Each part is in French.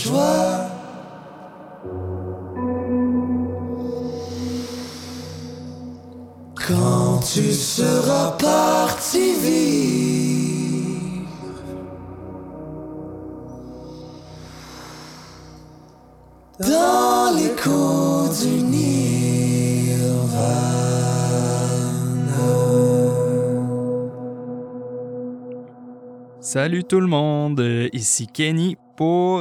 choix. Quand tu seras parti vivre dans l'écho du Nirvana. Salut tout le monde, ici Kenny pour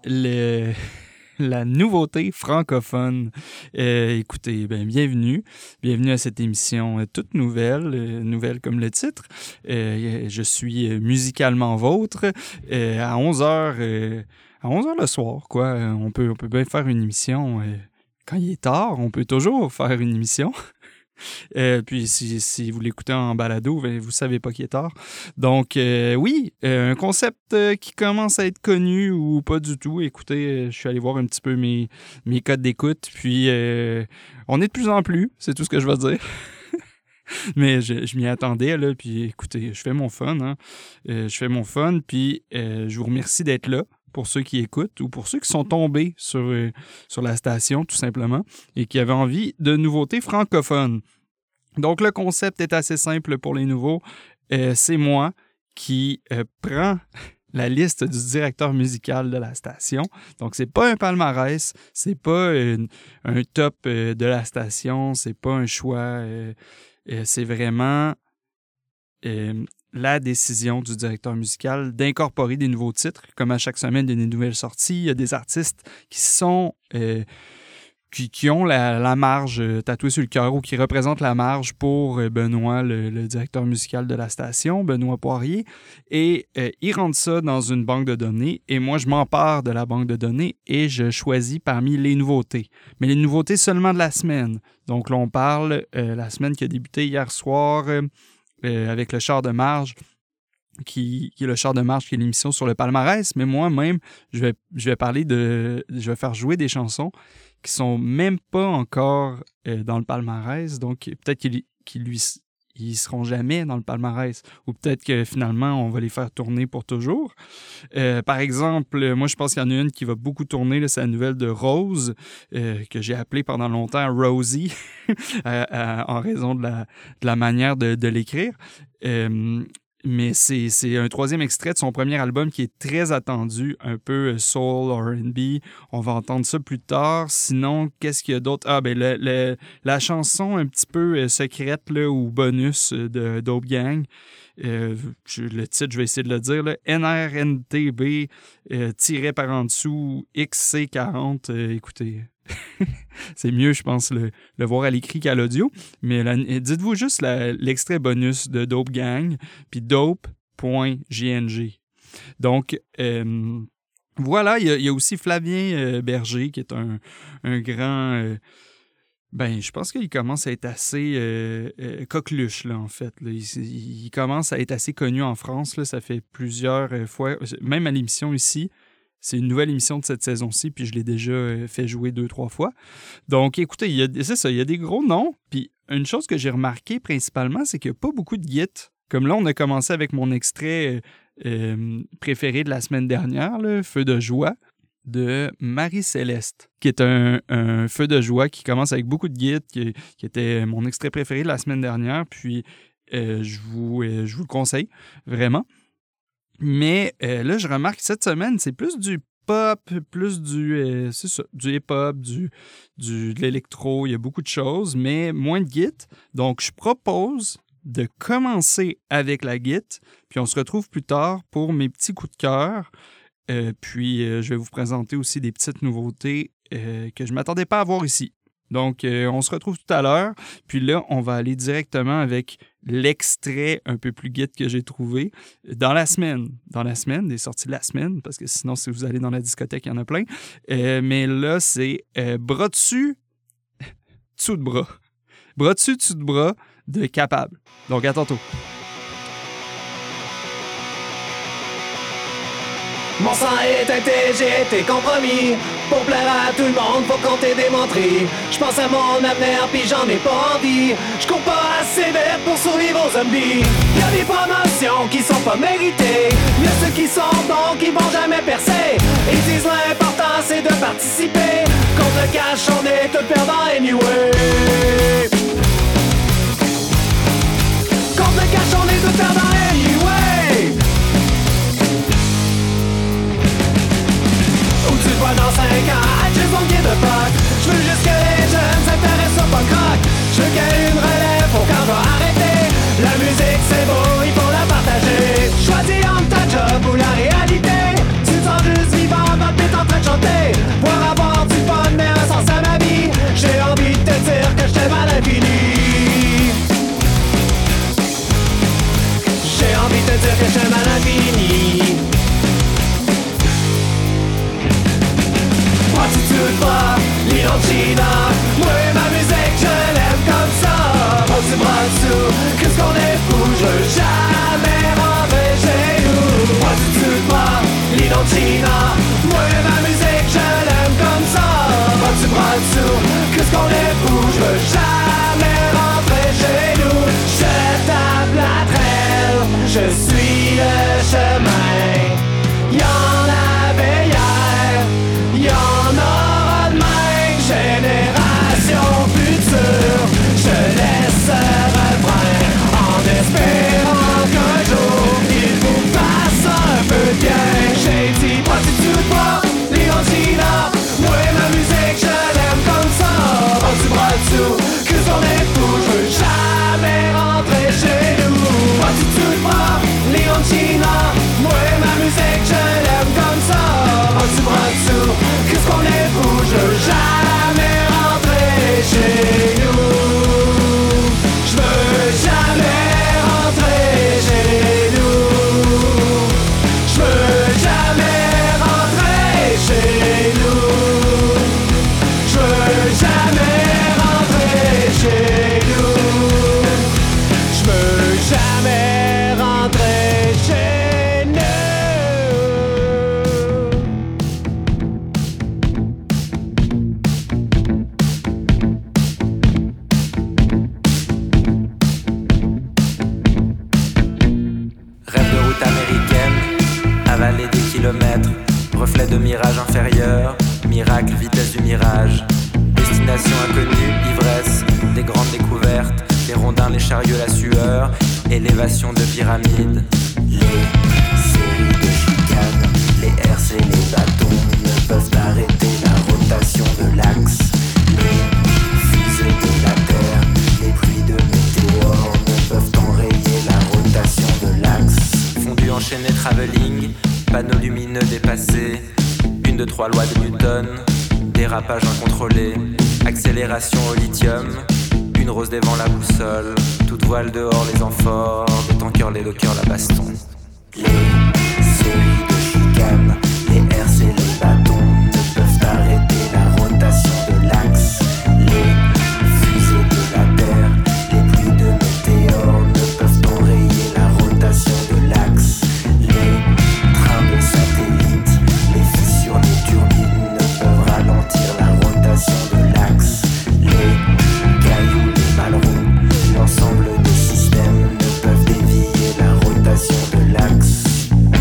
la nouveauté francophone. Écoutez, bienvenue à cette émission toute nouvelle comme le titre. Je suis musicalement vôtre à 11h le soir, quoi. On peut bien faire une émission quand il est tard, on peut toujours faire une émission. Puis si vous l'écoutez en balado, vous savez pas qu'il est tard. Donc oui, un concept qui commence à être connu ou pas du tout. Écoutez, je suis allé voir un petit peu mes codes d'écoute, puis on est de plus en plus, c'est tout ce que je vais dire. Mais je m'y attendais, là, puis écoutez, je fais mon fun, hein. Puis je vous remercie d'être là. Pour ceux qui écoutent ou pour ceux qui sont tombés sur la station, tout simplement, et qui avaient envie de nouveautés francophones. Donc, le concept est assez simple pour les nouveaux. C'est moi qui prends la liste du directeur musical de la station. Donc, c'est pas un palmarès, c'est pas un top de la station, c'est pas un choix. C'est vraiment la décision du directeur musical d'incorporer des nouveaux titres. Comme à chaque semaine, il y a des nouvelles sorties. Il y a des artistes qui sont qui ont la marge tatouée sur le cœur ou qui représentent la marge pour Benoît, le directeur musical de la station, Benoît Poirier. Et ils rentrent ça dans une banque de données. Et moi, je m'empare de la banque de données et je choisis parmi les nouveautés. Mais les nouveautés seulement de la semaine. Donc là, on parle la semaine qui a débuté hier soir... avec le char de marge, qui est le char de marge, qui est l'émission sur le palmarès, mais moi-même, je vais faire jouer des chansons qui sont même pas encore dans le palmarès, donc peut-être qu'ils seront jamais dans le palmarès, ou peut-être que finalement, on va les faire tourner pour toujours. Par exemple, moi, je pense qu'il y en a une qui va beaucoup tourner, là, c'est la nouvelle de Rose, que j'ai appelée pendant longtemps Rosie, en raison de la manière de l'écrire. Mais c'est un troisième extrait de son premier album qui est très attendu, un peu soul, R&B. On va entendre ça plus tard. Sinon, qu'est-ce qu'il y a d'autre? Ah, la chanson un petit peu secrète là, ou bonus de Dope Gang. Le titre, je vais essayer de le dire. Là. NRNTB tiré par en dessous XC40. Écoutez... c'est mieux, je pense, le voir à l'écrit qu'à l'audio. Mais dites-vous juste l'extrait bonus de Dope Gang, puis dope.gng. Donc, voilà, il y a aussi Flavien Berger, qui est un grand... je pense qu'il commence à être assez coqueluche, là, en fait. Là. Il commence à être assez connu en France. Là. Ça fait plusieurs fois, même à l'émission ici. C'est une nouvelle émission de cette saison-ci, puis je l'ai déjà fait jouer 2-3 fois. Donc, écoutez, il y a des gros noms. Puis une chose que j'ai remarqué principalement, c'est qu'il n'y a pas beaucoup de gits. Comme là, on a commencé avec mon extrait préféré de la semaine dernière, là, Feu de joie, de Marie-Céleste, qui est un feu de joie qui commence avec beaucoup de gits, qui était mon extrait préféré de la semaine dernière. Puis, je vous le conseille, vraiment. Mais là, je remarque que cette semaine, c'est plus du pop, plus du hip-hop, de l'électro. Il y a beaucoup de choses, mais moins de git. Donc, je propose de commencer avec la git, puis on se retrouve plus tard pour mes petits coups de cœur. Puis, je vais vous présenter aussi des petites nouveautés que je ne m'attendais pas à voir ici. Donc, on se retrouve tout à l'heure. Puis là, on va aller directement avec l'extrait un peu plus guide que j'ai trouvé dans la semaine, des sorties de la semaine, parce que sinon, si vous allez dans la discothèque, il y en a plein. Mais là, c'est Bras dessus, dessous de bras. Bras dessus, dessous de bras de Capable. Donc, à tantôt. Mon sang est teinté, j'ai été compromis. Pour plaire à tout le monde, faut compter des menteries. J'pense à mon avenir, pis j'en ai pas envie. J'cours pas assez vite pour survivre aux zombies. Y'a des promotions qui sont pas méritées. Y'a ceux qui sont bons, qui vont jamais percer. Ils disent l'important participer. Contre le cash, on est tout perdant anyway. Contre le cash, on est tout perdant anyway. Où tu te vois dans 5 ans, juste mon guide de fuck. J'veux juste que les jeunes s'intéressent au punk rock. J'veux qu'il y ait une relève, faut qu'on va arrêter. La musique c'est beau, il faut la partager. Choisis entre ta job ou la réalité. Tu te sens juste vivant quand t'es en train de chanter. Pour avoir du fun mais un sens à ma vie. J'ai envie de te dire que je t'aime à l'infini. J'ai envie de te dire que je t'aime à l'infini. Prostitute pas, l'Ilancina. Moi ma musique je l'aime comme ça. On se bras dessous, qu'est-ce qu'on est fou. Je veux jamais rentrer chez nous. Prostitute pas, l'Ilancina. Moi ma musique je l'aime comme ça. On se bras dessous, qu'est-ce qu'on est fou. Je veux jamais rentrer chez nous. Je tape la traîne, je suis le chemin. Y'en avait hier, y'en aura demain. Génération future, je laisse ce refrain en espérant qu'un jour il vous fasse un peu de bien. J'ai dit prostitute pas, l'Ilancina. Moi ma musique je l'aime comme ça. On du bras dessous, que son est fou. Je veux jamais rentrer chez nous. Prostitute pas, l'Ilancina. Moi ma musique je l'aime comme ça. On du bras dessous, qu'est-ce qu'on est fou. Je veux jamais rentrer chez nous. Je veux jamais rentrer chez nous. Je veux jamais rentrer chez nous. Je veux jamais rentrer chez nous. Je veux jamais rentrer chez nous. Rêve de route américaine, avaler des kilomètres, reflet de mirage inférieur, miracle, vitesse du mirage. Destination inconnue, ivresse, des grandes découvertes, les rondins, les chariots, la sueur, élévation de pyramide. Les séries de chicanes, les herses et les bâtons ne peuvent arrêter la rotation de l'axe. Les fusées de la Terre, les pluies de météores ne peuvent enrayer la rotation de l'axe. Fondu enchaîné travelling, panneaux lumineux dépassés, une de 3 lois de Newton, dérapage incontrôlé, accélération au lithium, une rose des vents la boussole, toute voile dehors les amphores, des tankers, les dockers, la baston. Les séries de chicanes, les herses et les bâtons ne peuvent arrêter la rotation de l'axe. Les fusées de la Terre, les pluies de météores ne peuvent enrayer la rotation de l'axe. Les trains de satellites, les fissures des turbines ne peuvent ralentir la rotation de l'axe. Les cailloux, les ballerons, l'ensemble des systèmes ne peuvent dévier la rotation de l'axe.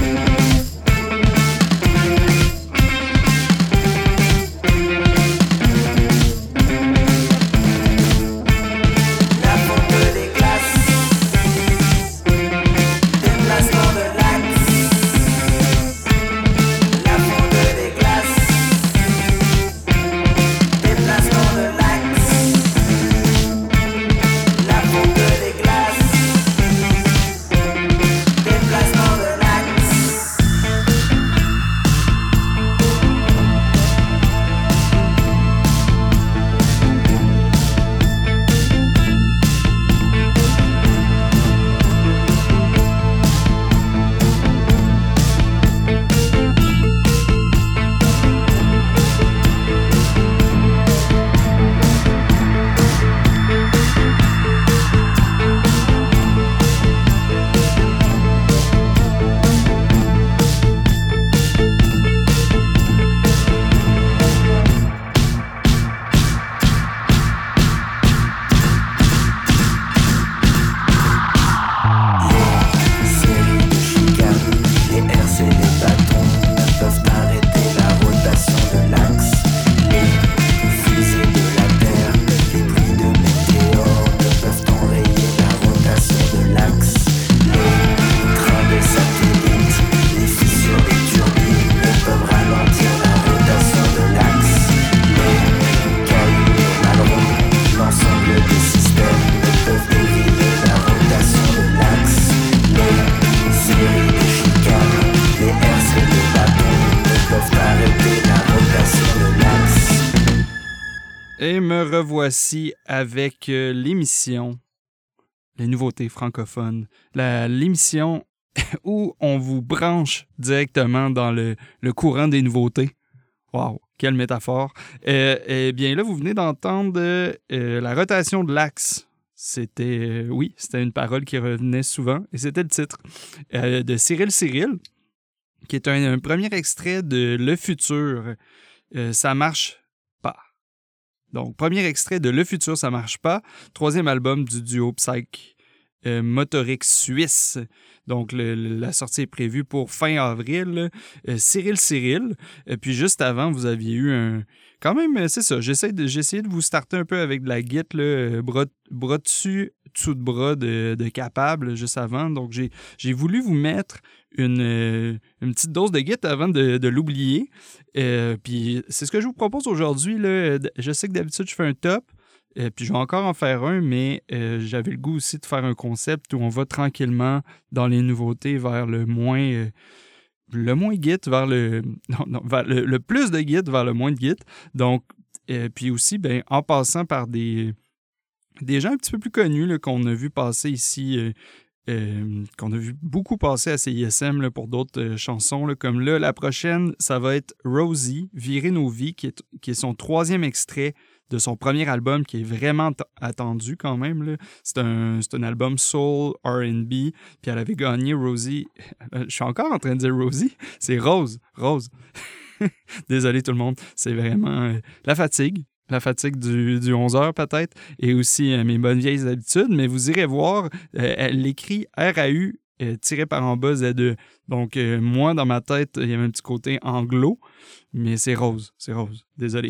me revoici avec l'émission Les Nouveautés francophones. L'émission où on vous branche directement dans le courant des nouveautés. Wow, quelle métaphore. Eh bien là, vous venez d'entendre la rotation de l'axe. C'était une parole qui revenait souvent et c'était le titre de Cyril, qui est un premier extrait de Le Futur. Ça marche pas. Donc, premier extrait de Le Futur, ça marche pas. Troisième album du duo Psych Motorique suisse. Donc, la sortie est prévue pour fin avril. Cyril. Puis, juste avant, vous aviez eu un... Quand même, c'est ça. J'ai essayé de vous starter un peu avec de la guitare, bras dessus, dessous de bras de Capable, juste avant. Donc, j'ai voulu vous mettre une petite dose de guitare avant de l'oublier. Puis, c'est ce que je vous propose aujourd'hui. Là. Je sais que d'habitude, je fais un top. Puis je vais encore en faire un, mais j'avais le goût aussi de faire un concept où on va tranquillement dans les nouveautés vers le moins git, vers vers le plus de git vers le moins de git. Donc, puis aussi, en passant par des gens un petit peu plus connus là, qu'on a vu passer ici, qu'on a vu beaucoup passer à CISM là, pour d'autres chansons. Là, comme là, la prochaine, ça va être Rosie, Virer nos vies, qui est son 3e extrait de son premier album qui est vraiment attendu quand même. Là. C'est un album soul, R&B, puis elle avait gagné Rosie. Je suis encore en train de dire Rosie. C'est Rose. Désolé tout le monde. C'est vraiment la fatigue du 11h peut-être, et aussi mes bonnes vieilles habitudes, mais vous irez voir, elle écrit RAU tiré par en bas Z2. Donc, moi, dans ma tête, il y avait un petit côté anglo, mais c'est Rose. Désolé.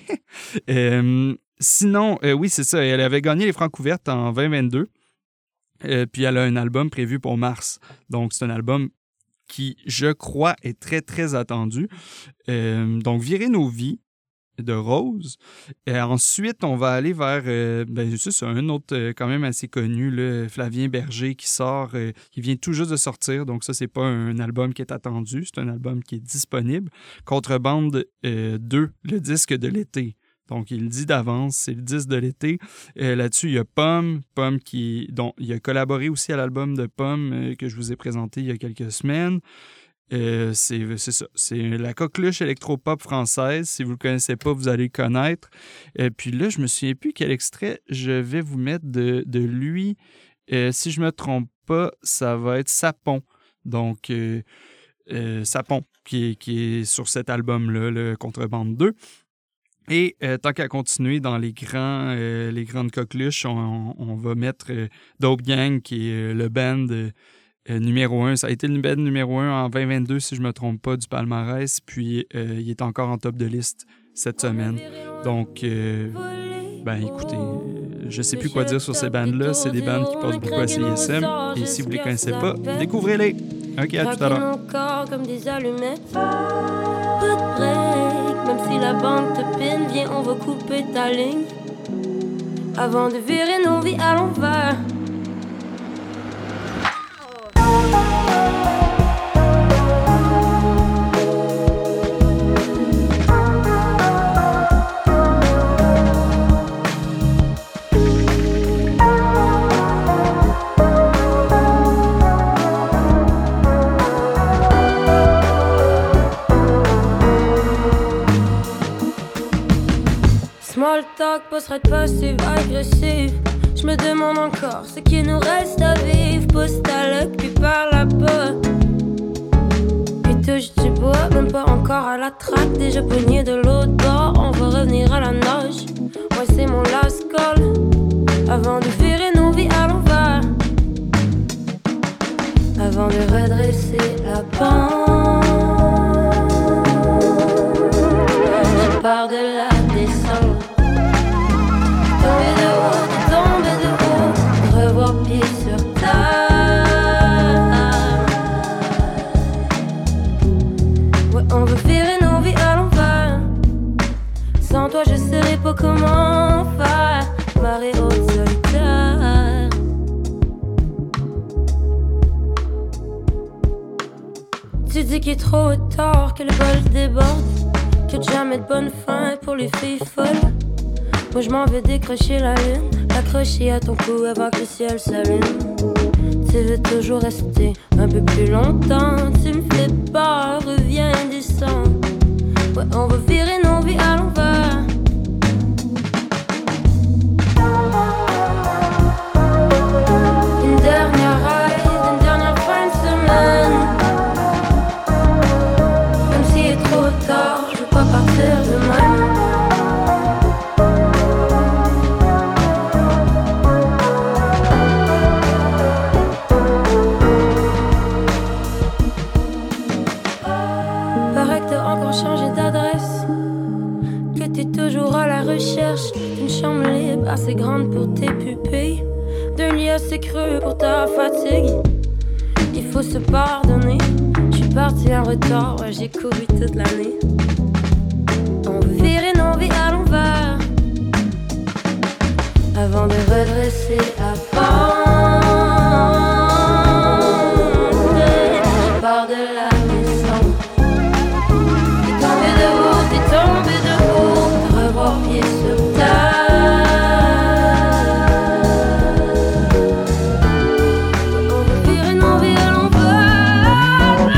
Sinon, oui, c'est ça. Elle avait gagné les Francouvertes en 2022. Puis elle a un album prévu pour mars. Donc, c'est un album qui, je crois, est très, très attendu. Donc, Virer nos vies de Rose. Ensuite, on va aller vers c'est un autre quand même assez connu, là, Flavien Berger, qui sort, qui vient tout juste de sortir. Donc ça, c'est pas un album qui est attendu, c'est un album qui est disponible. Contrebande 2, le disque de l'été. Donc, il le dit d'avance, c'est le disque de l'été. Là-dessus, il y a Pomme dont il a collaboré aussi à l'album de Pomme que je vous ai présenté il y a quelques semaines. C'est ça, c'est la coqueluche électropop française. Si vous le connaissez pas, vous allez le connaître. Puis là, je me souviens plus quel extrait je vais vous mettre de lui. Si je me trompe pas, ça va être Sapon. Donc, Sapon, qui est sur cet album-là, le Contrebande 2. Et tant qu'à continuer dans les grandes coqueluches, on va mettre Dope Gang, qui est le band... numéro 1, ça a été le band numéro 1 en 2022, si je ne me trompe pas, du palmarès. Puis, il est encore en top de liste cette semaine. Donc, écoutez, je ne sais plus quoi dire sur ces bandes-là. C'est des bandes qui passent beaucoup à CISM. Et si vous ne les connaissez pas, découvrez-les. OK, à tout à l'heure. Encore comme des allumettes. Pas de break, même si la bande te pine. Viens, on va couper ta ligne. Avant de virer nos vies à l'envers. Small talk, passerait de passive agressive. Je me demande encore ce qui nous reste à vivre. Pousse ta luck, puis par là-bas. Puis touche du bois, même pas encore à la traque. Déjà poigné de l'autre bord, on va revenir à la nage. Moi c'est mon last call, avant de virer nos vies à l'envers. Avant de redresser la pente, je pars de la descente. Tomber de haut, revoir pied sur terre. Ouais, on veut virer nos vies à l'envers. Sans toi, je saurais pas comment faire. Marée haute solitaire. Tu dis qu'il est trop tard, que le bol déborde, que jamais de bonne fin pour les filles folles. Moi je m'en vais décrocher la lune, accrocher à ton cou avant que le ciel s'allume. Tu veux toujours rester un peu plus longtemps. Tu me fais peur, reviens, descends. Ouais, on va virer nos vies à l'envers. Une dernière ride, une dernière fin de semaine. Même s'il est trop tard, je veux pas partir demain. Changer d'adresse, que t'es toujours à la recherche d'une chambre libre assez grande pour tes pupilles, d'un lit assez creux pour ta fatigue. Il faut se pardonner, je suis partie en retard, ouais, j'ai couru toute l'année. On veut virer nos vies à l'envers avant de redresser à pente. Je pars de la maison. T'es tombé de haut, revoir pied sur terre. On veut virer nos vies à l'envers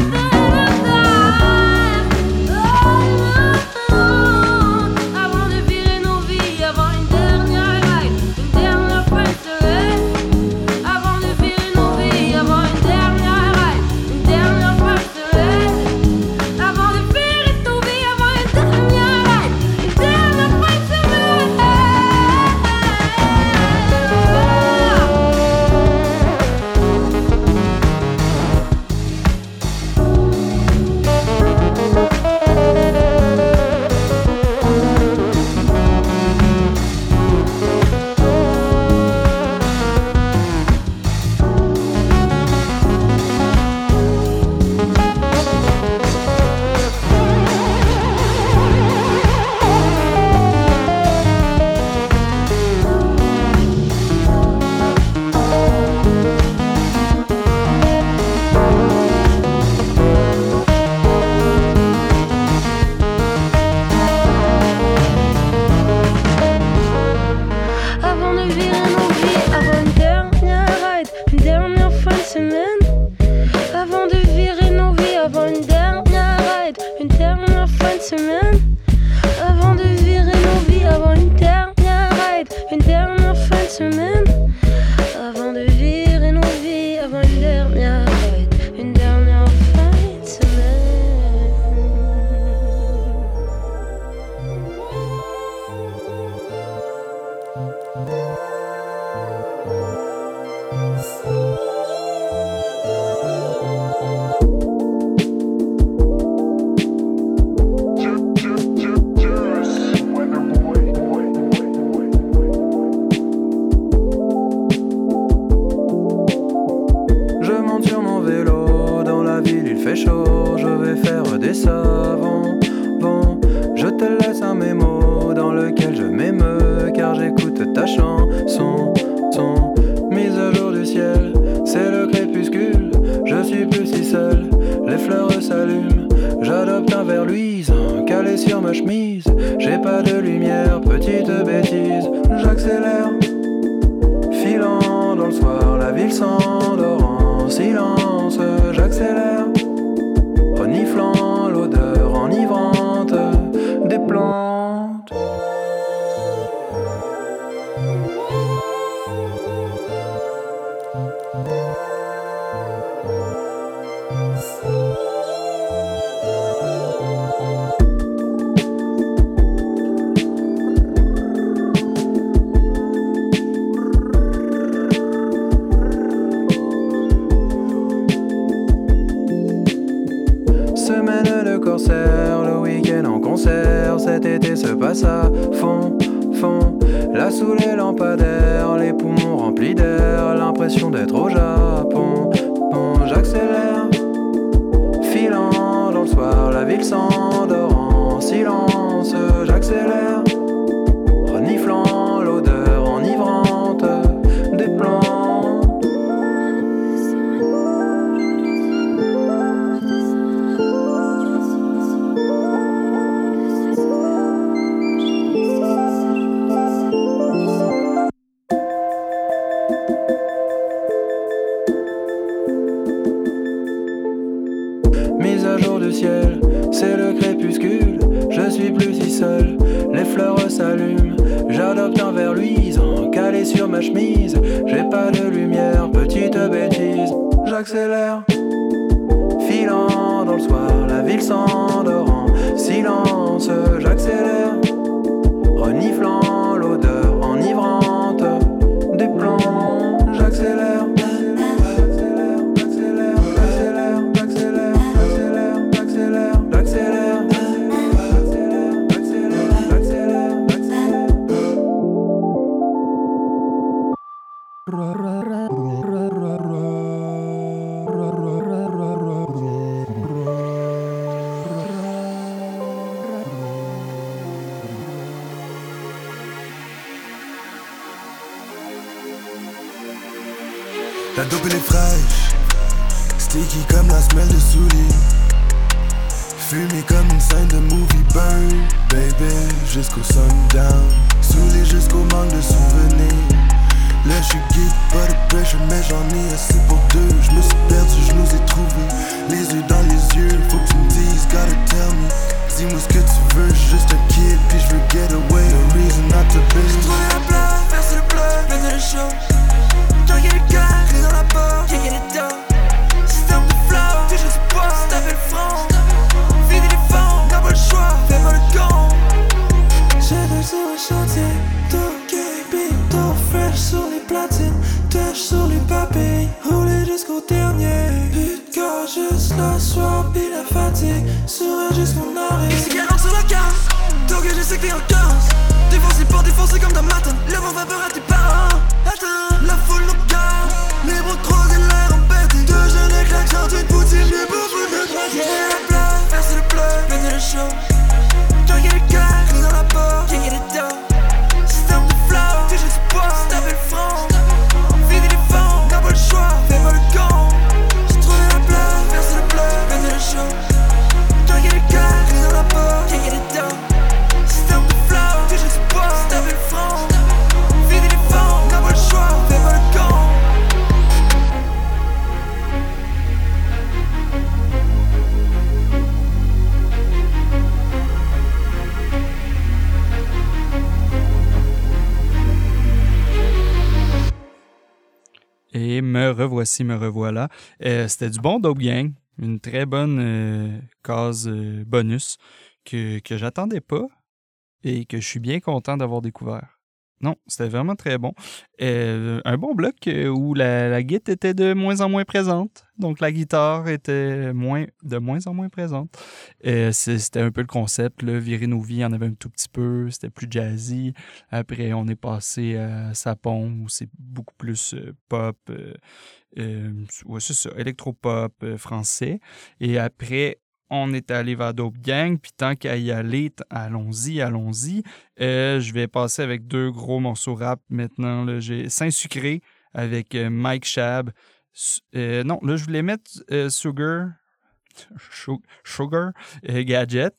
avant de virer nos vies, avant une dernière ride, une dernière fin de semaine. Avant de virer nos vies, avant une dernière ride, une dernière fin de semaine. Avant de virer nos vies, avant une dernière ride, une dernière fin de semaine. Avant de virer nos vies, avant une dernière ride, une dernière fin de semaine. Avant de virer nos vies, avant une dernière ride, une dernière fin de semaine. Avant de virer nos vies, avant une dernière ride, une dernière fin de semaine. Avant de virer nos vies, avant une dernière ride, une dernière fin de semaine. Je monte sur mon vélo, dans la ville il fait chaud, je vais faire des savons. Bon, je te laisse un mémo dans lequel je m'émeus, car j'écoute ta chanson. Mise à jour du ciel, c'est le crépuscule, je suis plus si seul, les fleurs s'allument. J'adopte un verre luisant, calé sur ma chemise, j'ai pas de lumière, petite bêtise. J'accélère, filant dans le soir, la ville s'endort en silence. J'accélère, reniflant l'odeur enivrante des plantes. Semaine de corsaire, le week-end en concert, cet été se passe à fond. Là sous les lampadaires, les poumons remplis d'air, l'impression d'être au Japon. J'accélère, filant dans le soir, la ville s'endort en silence. J'accélère, reniflant l'odeur enivrante des plantes. à jour du ciel, c'est le crépuscule. Je suis plus si seul, les fleurs s'allument. J'adopte un verre luisant, calé sur ma chemise. J'ai pas de lumière, petite bêtise. J'accélère, filant dans le soir, la ville s'endort en silence. J'accélère, reniflant l'odeur enivrante des plans. J'accélère. La dope elle est fraîche, sticky comme la semelle de souliers. Fumé comme une scène de movie burn, baby, jusqu'au sundown. Saoulé jusqu'au manque de souvenirs. Là j'suis geek, pas de pressure, mais j'en ai assez pour deux. J'me suis perdu, j'nous ai trouvé, les yeux dans les yeux. Faut que tu me dises, gotta tell me. Dis-moi ce que tu veux, j'suis juste un kid, puis j'veux get away. No reason not to be. J'ai trouvé la place, percer le plug, mener le show. Draguer le gars, clé dans la porte, gagner les dos. Système de flow, toucher du bois, se taper le front. Vider les fonds, t'as pas le choix, fais pas le con. J'étais sur un chantier, toqué, bito, fresh sur les platines, touch sur les papilles, roulé jusqu'au dernier. But de corps, juste le soir, pis la fatigue, sourire jusqu'au arrêt. Cigarette sur la casse, toqué, je sais que t'es en casse. Défoncé pour défoncer comme dans matin, le vent va peur à tes parents. Attends, la foule nous garde, les bras croisés, l'air embêté. Deux jeunes éclats, chante une poutine, j'ai pas voulu me traquer. La place, percer le plug, gagner le show. Draguer le gars, clé dans la porte, gagner les dos. Système de flow, toucher du bois, se taper le front. Vider les fonds, t'as pas le choix, fais pas le con. J'ai trouvé la place, percer le plug, gagner le show. Draguer le gars, clé dans la porte, gagner les dos. Système de flow, toucher du bois, se taper le front. Vider les fonds, t'as pas le choix, fais pas le con. Et me revoici, me revoilà. C'était du bon Dope Gang, une très bonne case bonus que j'attendais pas et que je suis bien content d'avoir découvert. Non, c'était vraiment très bon. Un bon bloc où la guitare était de moins en moins présente. Donc, la guitare était de moins en moins présente. C'était un peu le concept, là. Virer nos vies, il y en avait un tout petit peu. C'était plus jazzy. Après, on est passé à Sapon, où c'est beaucoup plus pop. Ouais, c'est ça, électropop français. Et après, on est allé vers Dope Gang, puis tant qu'à y aller, allons-y. Je vais passer avec deux gros morceaux rap maintenant. Là. J'ai Saint-Sucré avec Mike Shab. Non, là, je voulais mettre Sugar Gadget.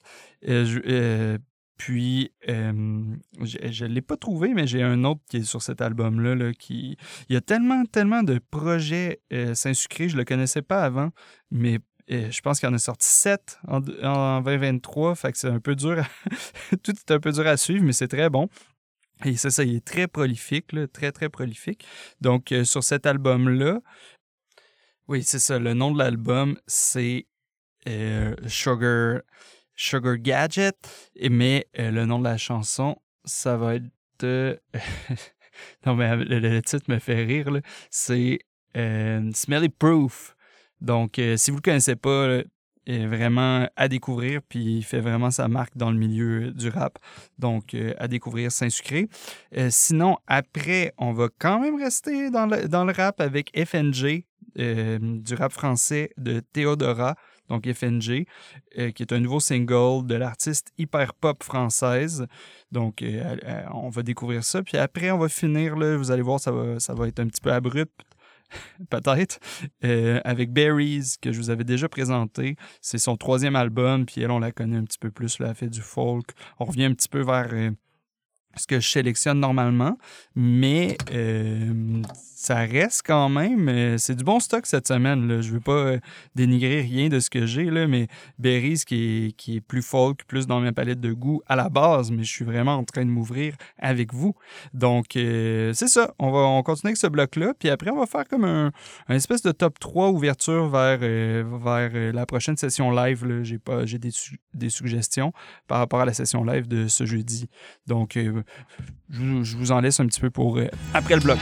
Puis, je ne l'ai pas trouvé, mais j'ai un autre qui est sur cet album-là. Là, il y a tellement de projets Saint-Sucré, je ne le connaissais pas avant, mais je pense qu'il y en a sorti 7 en 2023, fait que c'est un peu dur. Tout est un peu dur à suivre, mais c'est très bon. Et c'est ça, il est très prolifique, là, très, très prolifique. Donc, sur cet album-là, oui, c'est ça, le nom de l'album, c'est Sugar Gadget, mais le nom de la chanson, ça va être... non, mais le titre me fait rire, là. C'est Smelly Proof. Donc, si vous ne le connaissez pas, vraiment à découvrir, puis il fait vraiment sa marque dans le milieu du rap. Donc, à découvrir Saint-Sucré. Sinon, après, on va quand même rester dans le rap avec FNG, du rap français de Théodora, donc FNG, qui est un nouveau single de l'artiste hyper pop française. Donc, on va découvrir ça. Puis après, on va finir, là, vous allez voir, ça va être un petit peu abrupt, peut-être, avec Berries, que je vous avais déjà présenté. C'est son 3e album, puis elle, on la connaît un petit peu plus, là, elle fait du folk. On revient un petit peu vers ce que je sélectionne normalement, mais ça reste quand même... c'est du bon stock cette semaine, là. Je veux pas dénigrer rien de ce que j'ai, là, mais Berries qui est plus folk, plus dans ma palette de goût à la base, mais je suis vraiment en train de m'ouvrir avec vous. Donc, c'est ça. On continue avec ce bloc-là, puis après, on va faire comme un espèce de top 3 ouverture vers la prochaine session live, là. J'ai des suggestions par rapport à la session live de ce jeudi. Donc, je vous en laisse un petit peu pour après le bloc.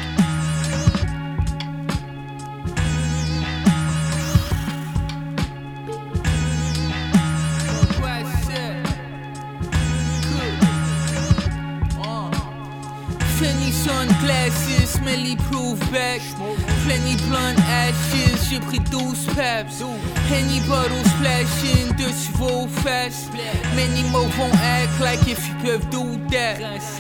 Sunglasses, smelly proof back. Plenty blunt ashes, j'ai pris 12 peps. Henny bottle splashing dessus vos fesses. Many more won't act like if you peuvent do that.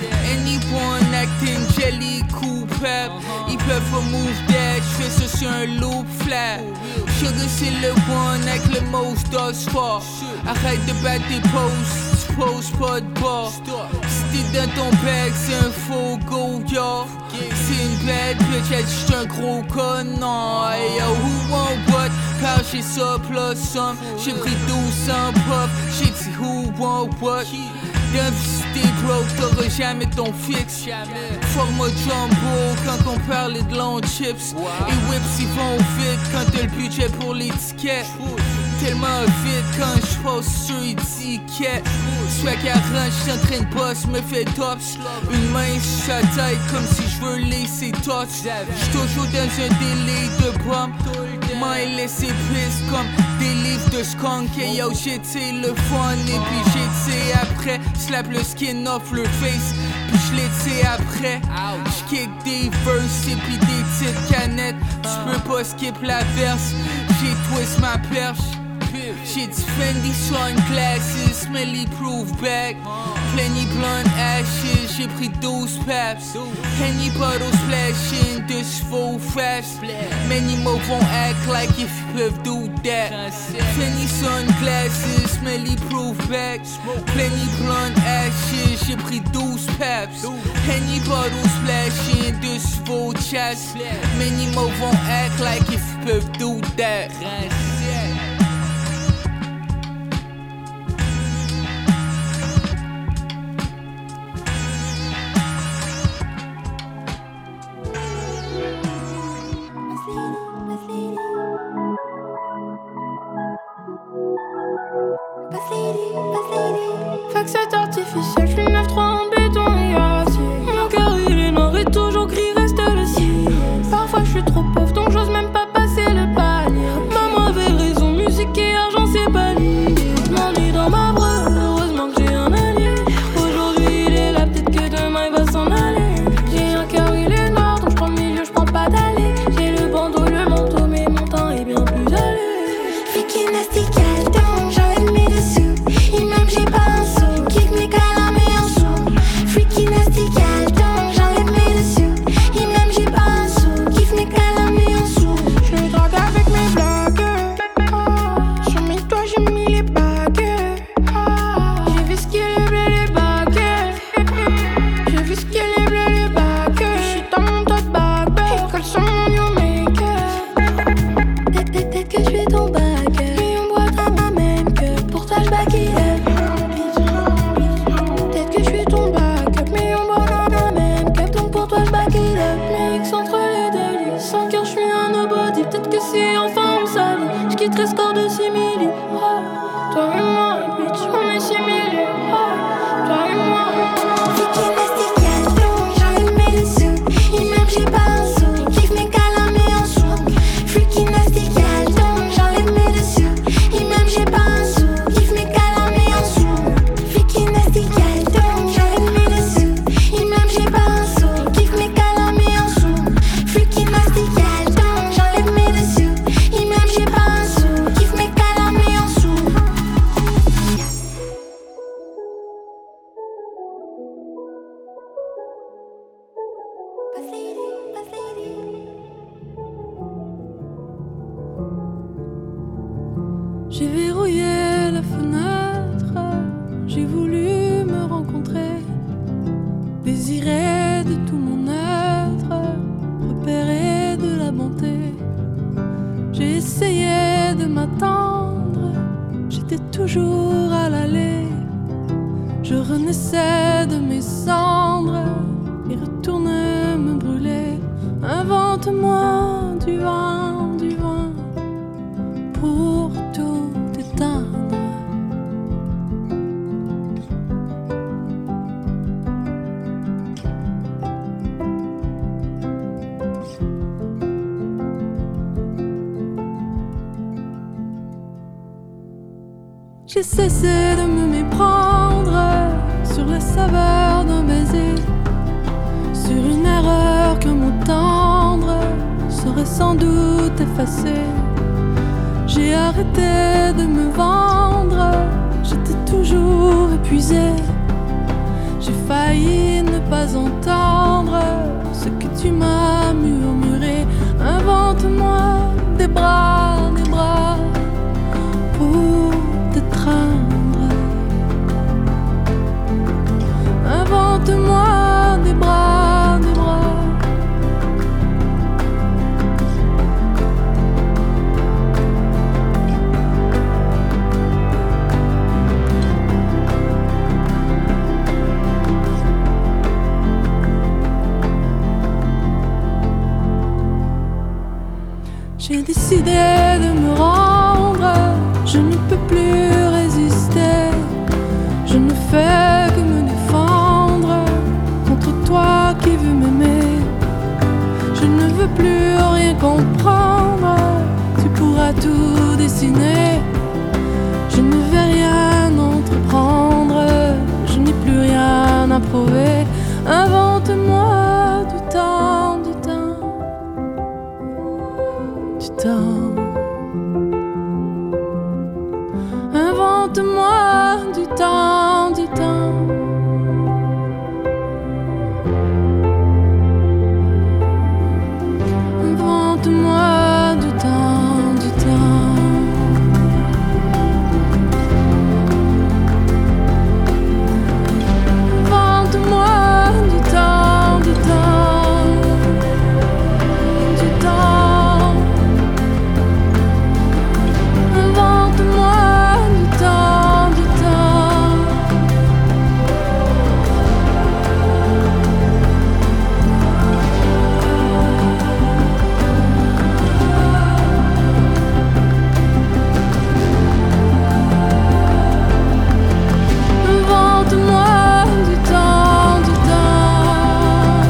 Anyone acting jelly cool pep, ils peuvent remove that. J'fais ça sur un loop flat. Sugar c'est le one avec le most thus far. Arrête de battre tes posts, tu poses pas de bord. Si t'es dans ton bag, c'est un faux go, yo. C'est une bad bitch, elle dit j'suis un gros connard. Hey yo, who want what? Car j'ai ça plus some. J'ai pris 1200 pop, j'ai dit who want what? D'un si t'es broke, t'auras jamais ton fixe. Format jumbo quand on parlait de long chips. Et whips ils vont vite quand t'as le budget pour l'étiquette. Tellement vite quand j'passe sur étiquette. Soit qu'à range, j'suis en train de boss, me fait tops. Une main sur sa tête comme si j'veux laisser touch. J'suis toujours dans un délai de bombe. Main laissé piste comme des livres de skunk. Et yo j'étais le fun et puis j'étais après. Slap le skin off le face, puis j'l'étais après. J'kick des verses et puis des petites canettes. Tu peux pas skip la verse, j'ai twist ma perche. J'ai dit Fendi sunglasses, smelly proof bag. Plenty blunt ashes, j'ai pris 12 peps. Henny bottle splashing dessus vos fesses. Many more won't act like if you peuvent do that. Fendi sunglasses, smelly proof bag. Plenty blunt ashes, j'ai pris 12 peps. Henny bottle splashing dessus vos chests. Many more won't act like if you peuvent do that. Fait que c'est artificiel, j'suis 9-3 en béton et acier. Mon cœur il est noir et toujours gris, reste le ciel. Parfois j'suis trop pauvre donc j'ose même pas passer le palier. Maman avait raison, musique et argent c'est pas lié. M'ennuie dans ma bras, heureusement que j'ai un allié. Aujourd'hui il est là, peut-être que demain il va s'en aller. J'ai un cœur il est noir donc j'prends le milieu, j'prends pas d'aller. J'ai le bandeau, le manteau mais mon temps est bien plus allé. Freaky nasty gal donc j'enlève mes dessous. Et même j'ai pas un sou, kick mes câlins mais en sous. Freaky nasty gal donc j'enlève mes dessous. Et même j'ai pas un sou, kiff mes câlins mais en sous. Je drague avec mes blagues. Sur mes doigts j'ai mis les baguettes. J'ai vu ce qu'il est bleu les baguettes. J'ai vu ce qu'il est bleu les baguettes. J'suis dans mon tote bag, et colle sur mon new make-up. Peut-être que j'fais ton baguette. Mais on boit dans la même que pour toi j'back it up. Peut-être que j'suis ton backup. Mais on boit dans la même cup. Donc pour toi j'back it up. Mix entre les deux lits. Sans cœur j'suis un nobody. Peut-être que si enfin on s'allie, j'quitterai ce corps de simili. Toi et moi, bitch, on est simili. Toi et moi. Freaky nasty gal, donc j'enlève mes dessous. Et même j'ai pas un sou, kiffe mes câlins mais en sous. Freaky nasty gal, donc j'enlève mes dessous. Et même j'ai pas un sou, kiffe mes câlins mais en sous. Freaky nasty gal, donc j'enlève mes dessous. Et même j'ai pas un sou, kiffe mes câlins mais en sous. Freaky nasty gal, donc j'enlève mes dessous. Et même j'ai pas un sou, kiffe mes câlins mais en sous. J'ai verrouillé la fenêtre, j'ai voulu me rencontrer. désiré de tout mon être, repéré de la bonté. J'ai essayé de m'attendre, j'étais toujours à l'aller. Je renaissais de mes cendres et retourne me brûler. Invente-moi du vent pour tout éteindre. J'ai cessé de me méprendre sur la saveur d'un baiser, sur une erreur que mon tendre serait sans doute effacée. J'ai arrêté de me vendre, j'étais toujours épuisée. J'ai failli ne pas entendre ce que tu m'as murmuré. Invente-moi des bras pour t'étreindre. Invente-moi des bras. J'ai décidé de me rendre, je ne peux plus résister. Je ne fais que me défendre contre toi qui veux m'aimer. Je ne veux plus rien comprendre, tu pourras tout dessiner. Je ne vais rien entreprendre, je n'ai plus rien à prouver. Invente-moi du temps, du temps. Invente-moi du temps, du temps. Invente-moi du temps, du temps. Invente-moi du temps, du temps. Du temps. Invente-moi du temps, du temps. Invente-moi du temps, du temps.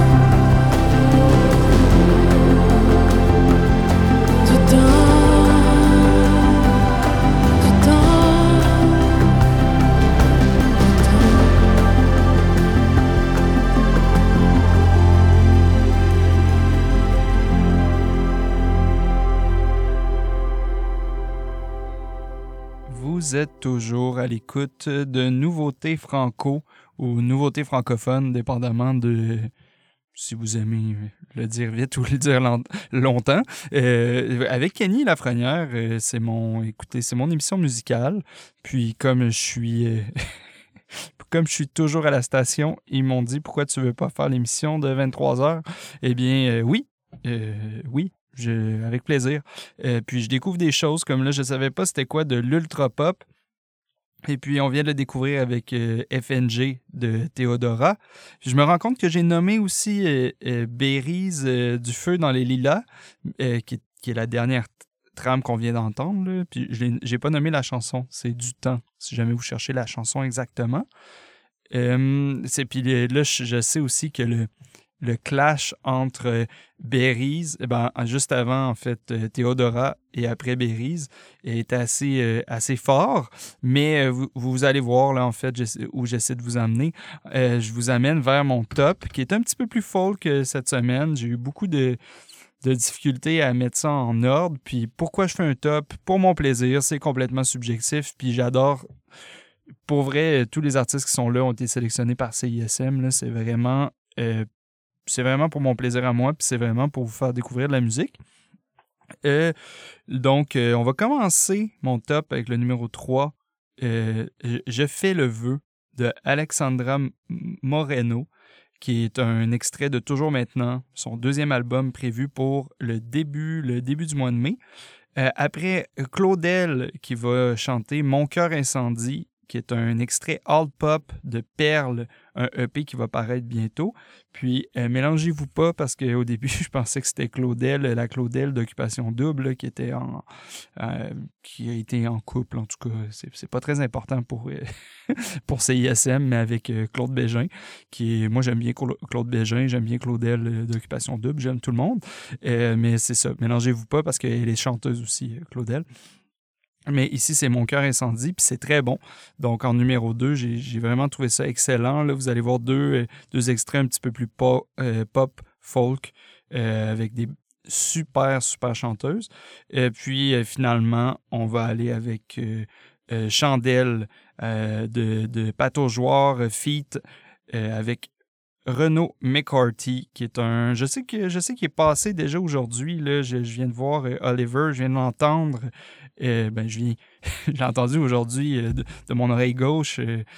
Du temps. Vous êtes toujours à l'écoute de nouveautés franco ou nouveautés francophones, dépendamment de si vous aimez le dire vite ou le dire longtemps. Avec Kenny Lafrenière, c'est mon émission musicale. Puis comme je suis toujours à la station, ils m'ont dit pourquoi tu veux pas faire l'émission de 23h. Eh bien, oui. Avec plaisir. Puis je découvre des choses comme là, je savais pas c'était quoi de l'ultra pop. Et puis on vient de le découvrir avec FNG de Théodora. Je me rends compte que j'ai nommé aussi Bérise du Feu dans les Lilas, qui est la dernière trame qu'on vient d'entendre. Là. Puis j'ai pas nommé la chanson, c'est Du Temps, si jamais vous cherchez la chanson exactement. Puis là, je sais aussi que le clash entre Bérise, juste avant, en fait, Théodora et après Bérise, est assez fort. Mais vous allez voir, là, en fait, où j'essaie de vous amener. Je vous amène vers mon top, qui est un petit peu plus folk cette semaine. J'ai eu beaucoup de difficultés à mettre ça en ordre. Puis pourquoi je fais un top? Pour mon plaisir, c'est complètement subjectif. Puis j'adore... Pour vrai, tous les artistes qui sont là ont été sélectionnés par CISM. Là, c'est vraiment pour mon plaisir à moi, puis c'est vraiment pour vous faire découvrir de la musique. Donc, on va commencer mon top avec le numéro 3. Je fais le vœu de Alexandra Moreno, qui est un extrait de Toujours Maintenant, son deuxième album prévu pour le début du mois de mai. Après, Claudel qui va chanter Mon cœur incendie, qui est un extrait alt pop de Perle, un EP qui va paraître bientôt. Puis, mélangez-vous pas, parce qu'au début, je pensais que c'était Claudel, la Claudel d'Occupation Double, là, qui a été en couple, en tout cas. C'est pas très important pour CISM, mais avec Claude Bégin, moi, j'aime bien Claude Bégin, j'aime bien Claudel d'Occupation Double, j'aime tout le monde. Mais c'est ça, mélangez-vous pas, parce qu'elle est chanteuse aussi, Claudel. Mais ici, c'est Mon cœur incendie, puis c'est très bon. Donc, en numéro 2, j'ai vraiment trouvé ça excellent. Là, vous allez voir deux extraits un petit peu plus pop, folk, avec des super, super chanteuses. Puis, finalement, on va aller avec Chandelle de Pataugeoire feat. Avec Renaud McCarthy, qui est un... Je sais qu'il est passé déjà aujourd'hui. Là, je viens de voir Oliver, je viens de l'entendre. Je l'ai entendu aujourd'hui de mon oreille gauche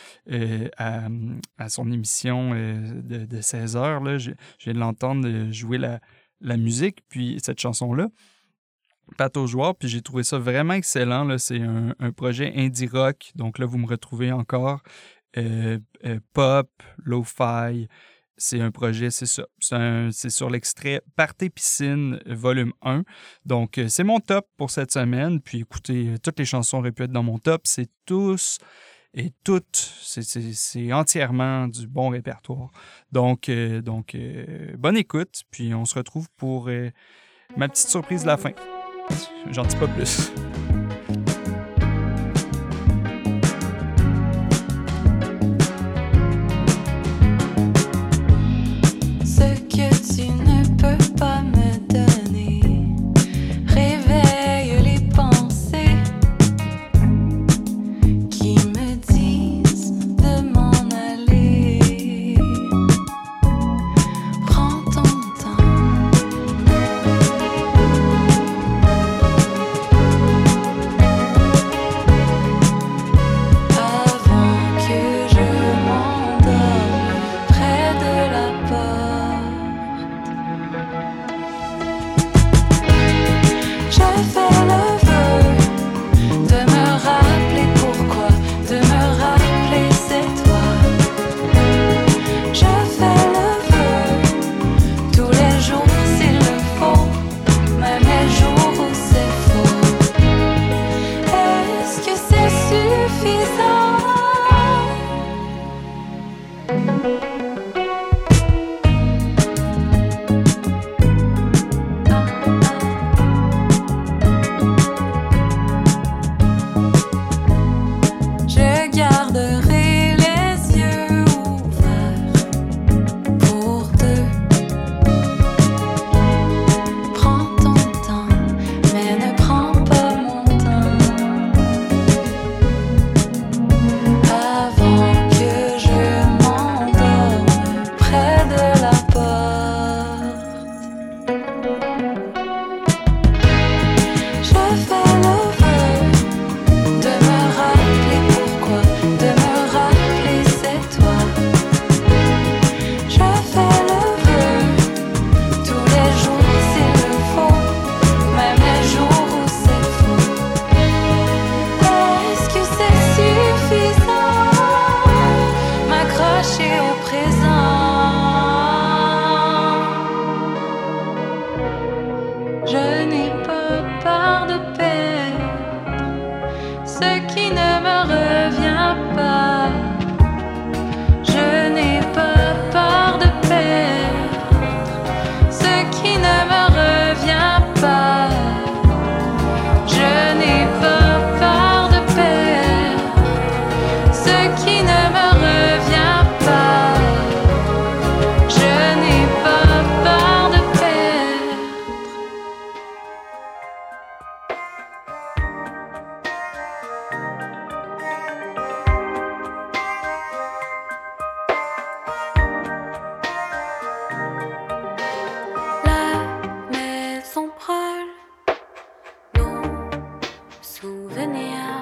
à son émission de 16h. Là, je viens de l'entendre jouer la musique, puis cette chanson-là, Pataugeoire, puis j'ai trouvé ça vraiment excellent. Là. C'est un projet indie rock, donc là, vous me retrouvez encore pop, lo-fi. C'est un projet, c'est ça. C'est sur l'extrait Partez Piscine, volume 1. Donc, c'est mon top pour cette semaine. Puis, écoutez, toutes les chansons auraient pu être dans mon top. C'est tous et toutes. C'est entièrement du bon répertoire. Donc, bonne écoute. Puis, on se retrouve pour ma petite surprise de la fin. J'en dis pas plus.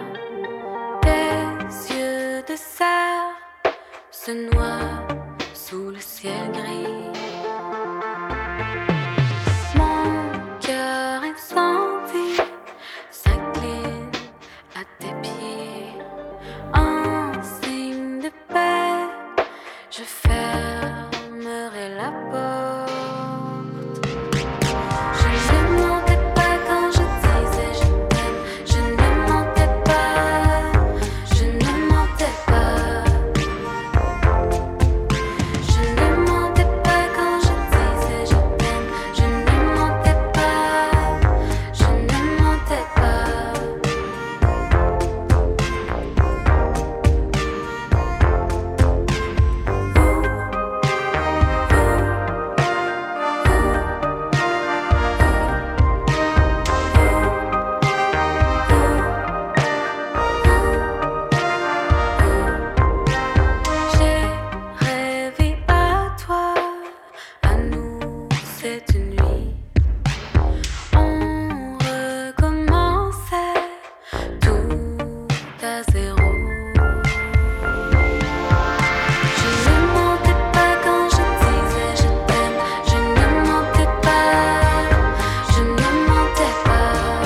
se noie sous le ciel gris. Mon cœur incendie s'incline à tes pieds. En signe de paix, je fermerai la porte. Je ne mentais pas quand je disais je t'aime. Je ne mentais pas. Je ne mentais pas. Je ne mentais pas quand je disais je t'aime. Je ne mentais pas. Je ne mentais pas. J'ai rêvé à toi, à nous cette nuit. On recommençait tout à zéro. Je ne mentais pas quand je disais je t'aime. Je ne mentais pas. Je ne mentais pas.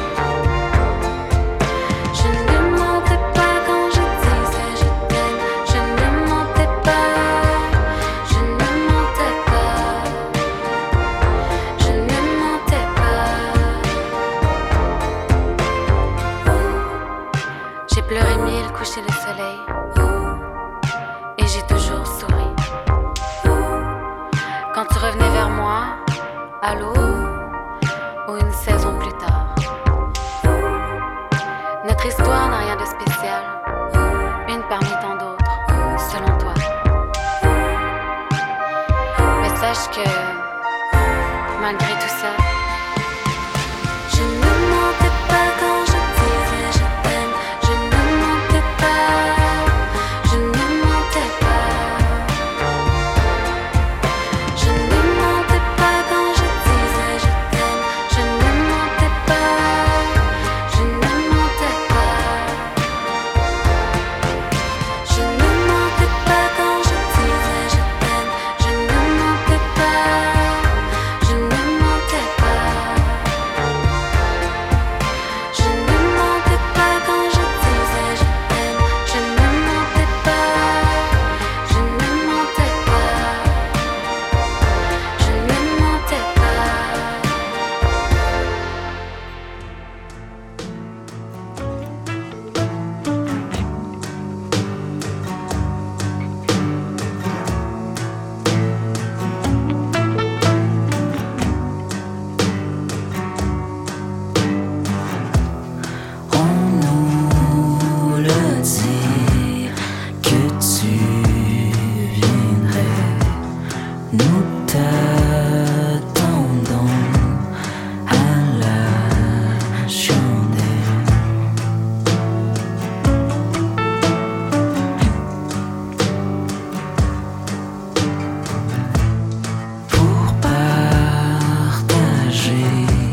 Je ne mentais pas quand je disais je t'aime. Je ne mentais pas. Je ne mentais pas. Je ne mentais pas. J'ai pleuré mille coucher de soleil et j'ai toujours souri. Quand tu revenais vers moi, à l'eau ou une saison plus tard. Notre histoire n'a rien de spécial, une parmi tant d'autres, selon toi. Mais sache que, malgré tout ça, je ne mentais pas quand je disais je t'aime. Je ne mentais pas. Je ne mentais pas. Je ne mentais pas quand je disais je t'aime. Je ne mentais pas. Je ne mentais pas. Je ne mentais pas quand je disais je t'aime. Je ne mentais pas. Je ne mentais pas. Je ne mentais pas quand je disais je t'aime. Je ne mentais pas. Je ne mentais pas. Je ne mentais pas. On nous le dit que tu viendrais. Nous t'attendons à la chandelle. Pour partager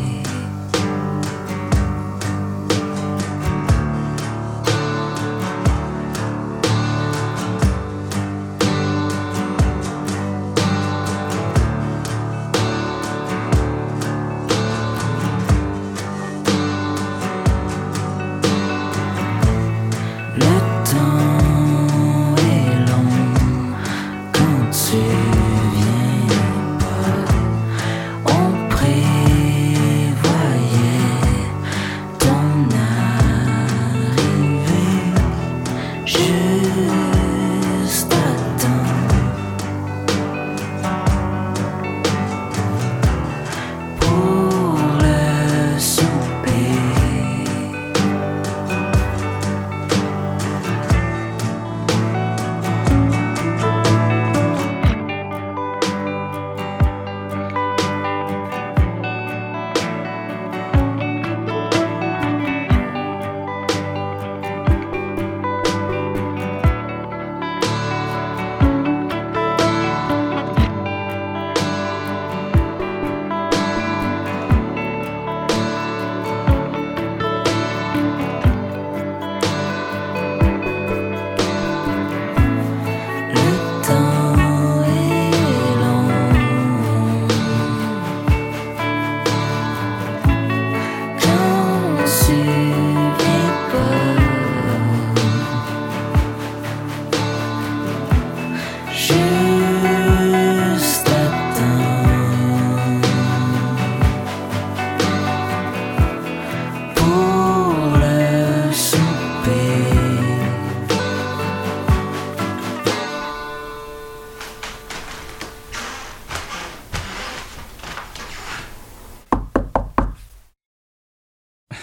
le temps est long quand tu viens pas. On prévoyait ton arrivée juste à temps pour le souper.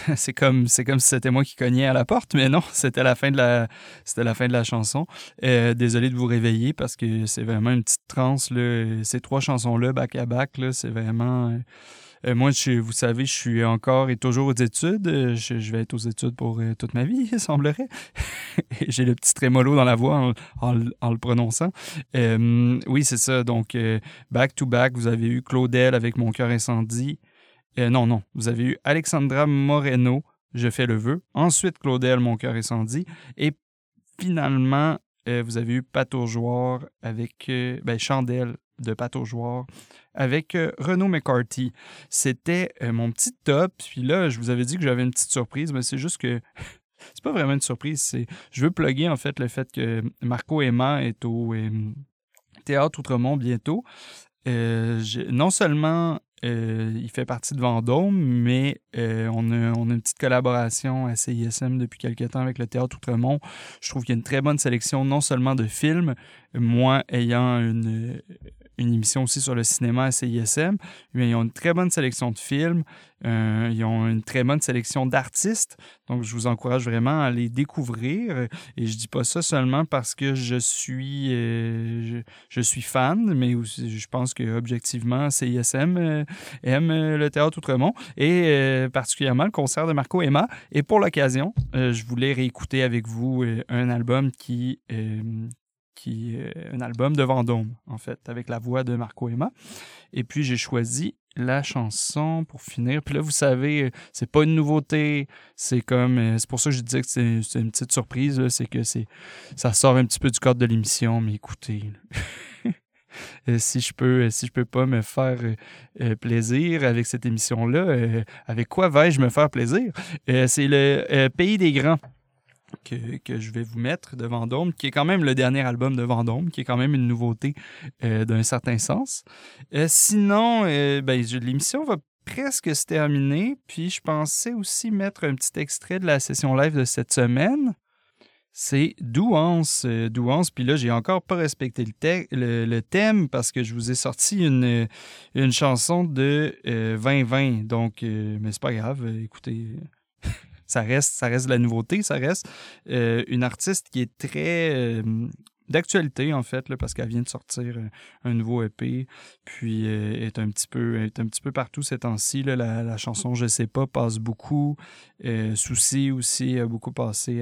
c'est comme si c'était moi qui cognais à la porte, mais non, c'était la fin de la chanson. Désolé de vous réveiller parce que c'est vraiment une petite transe, là. Ces 3 chansons-là, back à back, là, c'est vraiment... moi, vous savez, je suis encore et toujours aux études. Je vais être aux études pour toute ma vie, il semblerait. J'ai le petit trémolo dans la voix en le prononçant. Oui, c'est ça. Donc, back to back, vous avez eu Claudel avec Mon cœur incendie. Non. Vous avez eu Alexandra Moreno, Je fais le vœu. Ensuite, Claudel, Mon cœur incendie. Et finalement, vous avez eu Pataugeoire avec Chandelle de Pataugeoire avec Renaud McCarthy. C'était mon petit top. Puis là, je vous avais dit que j'avais une petite surprise, mais c'est juste que c'est pas vraiment une surprise. Je veux plugger en fait le fait que Marco Emma est au Théâtre Outremont bientôt. Non seulement il fait partie de Vendôme, mais on a une petite collaboration à CISM depuis quelques temps avec le Théâtre Outremont. Je trouve qu'il y a une très bonne sélection, non seulement de films, moi ayant une émission aussi sur le cinéma à CISM, mais ils ont une très bonne sélection de films, ils ont une très bonne sélection d'artistes, donc je vous encourage vraiment à les découvrir, et je dis pas ça seulement parce que je suis fan, mais aussi, je pense que objectivement CISM aime le Théâtre Outremont, et particulièrement le concert de Marco Emma, et pour l'occasion, je voulais réécouter avec vous un album qui est un album de Vendôme, en fait, avec la voix de Marco Emma. Et puis, j'ai choisi la chanson pour finir. Puis là, vous savez, c'est pas une nouveauté. C'est pour ça que je disais que c'est une petite surprise. Là. C'est que ça sort un petit peu du cadre de l'émission. Mais écoutez, si je peux pas me faire plaisir avec cette émission-là, avec quoi vais-je me faire plaisir? C'est le Pays des Grands. Que je vais vous mettre de Vendôme, qui est quand même le dernier album de Vendôme, qui est quand même une nouveauté d'un certain sens. Sinon, l'émission va presque se terminer, puis je pensais aussi mettre un petit extrait de la session live de cette semaine. C'est Douance, puis là, j'ai encore pas respecté le thème parce que je vous ai sorti une chanson de 2020, donc, mais c'est pas grave, écoutez... Ça reste de la nouveauté, ça reste une artiste qui est très d'actualité, en fait, là, parce qu'elle vient de sortir un nouveau EP, puis est un petit peu partout ces temps-ci. Là, la chanson « Je sais pas » passe beaucoup. Souci aussi a beaucoup passé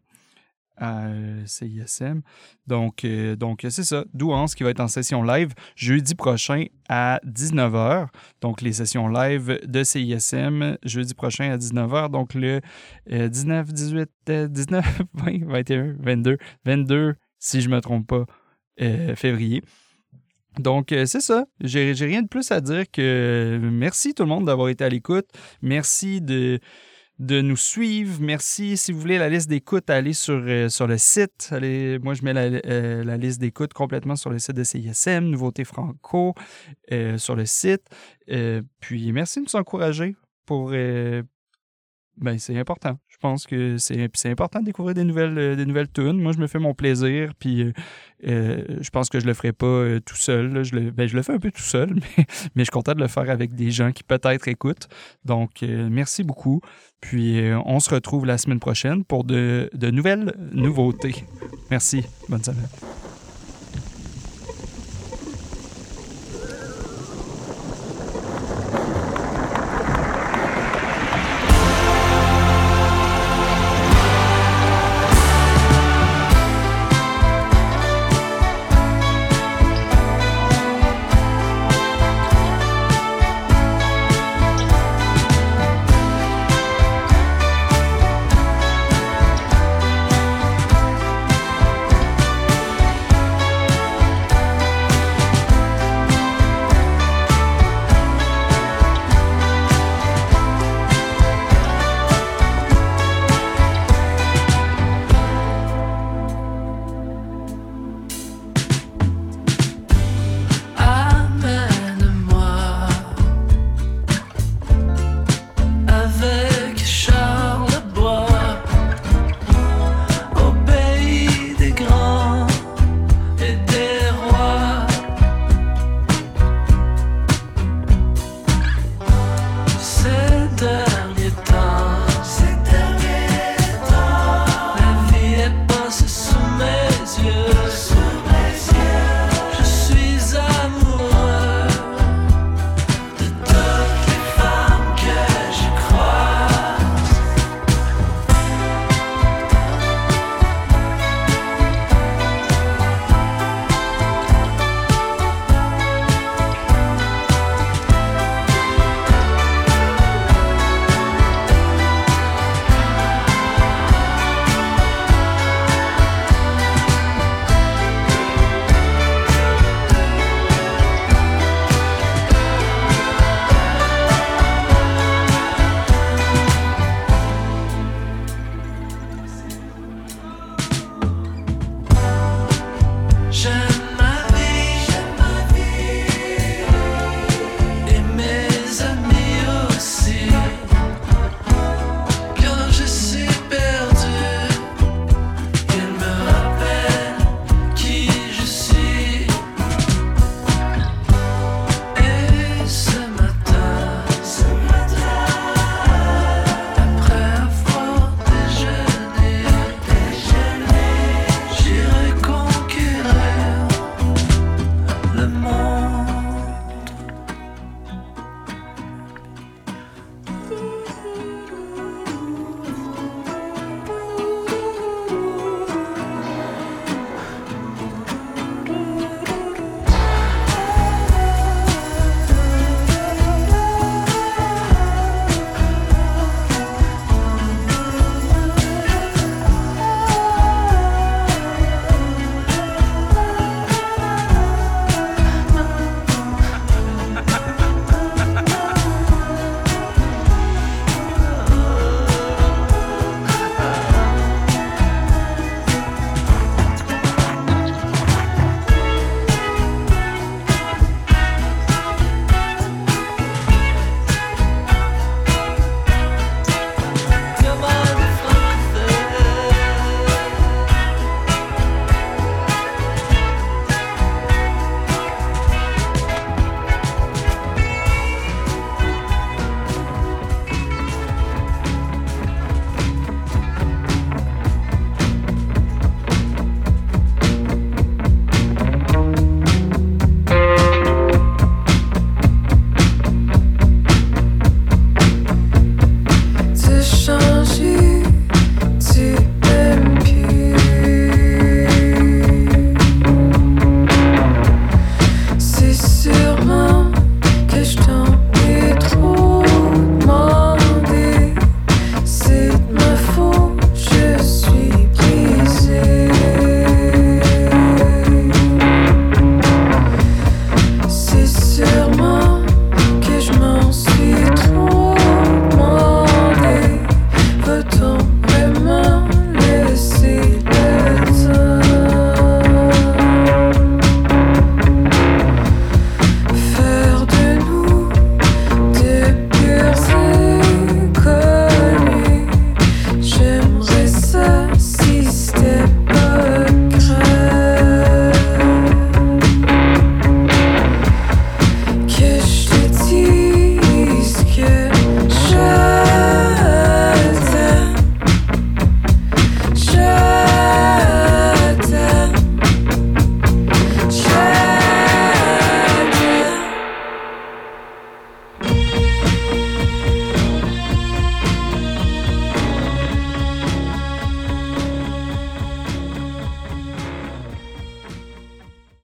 à CISM. Donc c'est ça. Douance qui va être en session live jeudi prochain à 19h. Donc, les sessions live de CISM jeudi prochain à 19h. Donc, le 19, 18, 19, 20, 21, 22, si je ne me trompe pas, février. Donc, c'est ça. J'ai rien de plus à dire que merci tout le monde d'avoir été à l'écoute. Merci de nous suivre. Merci. Si vous voulez la liste d'écoute, allez sur le site. Moi, je mets la liste d'écoute complètement sur le site de CISM, Nouveautés Franco, sur le site. Puis, merci de nous encourager pour... c'est important. Je pense que c'est important de découvrir des nouvelles tunes. Moi, je me fais mon plaisir, puis je pense que je le ferai pas tout seul. Là. Je le fais un peu tout seul, mais je suis content de le faire avec des gens qui peut-être écoutent. Donc, merci beaucoup. Puis, on se retrouve la semaine prochaine pour de nouvelles nouveautés. Merci. Bonne semaine.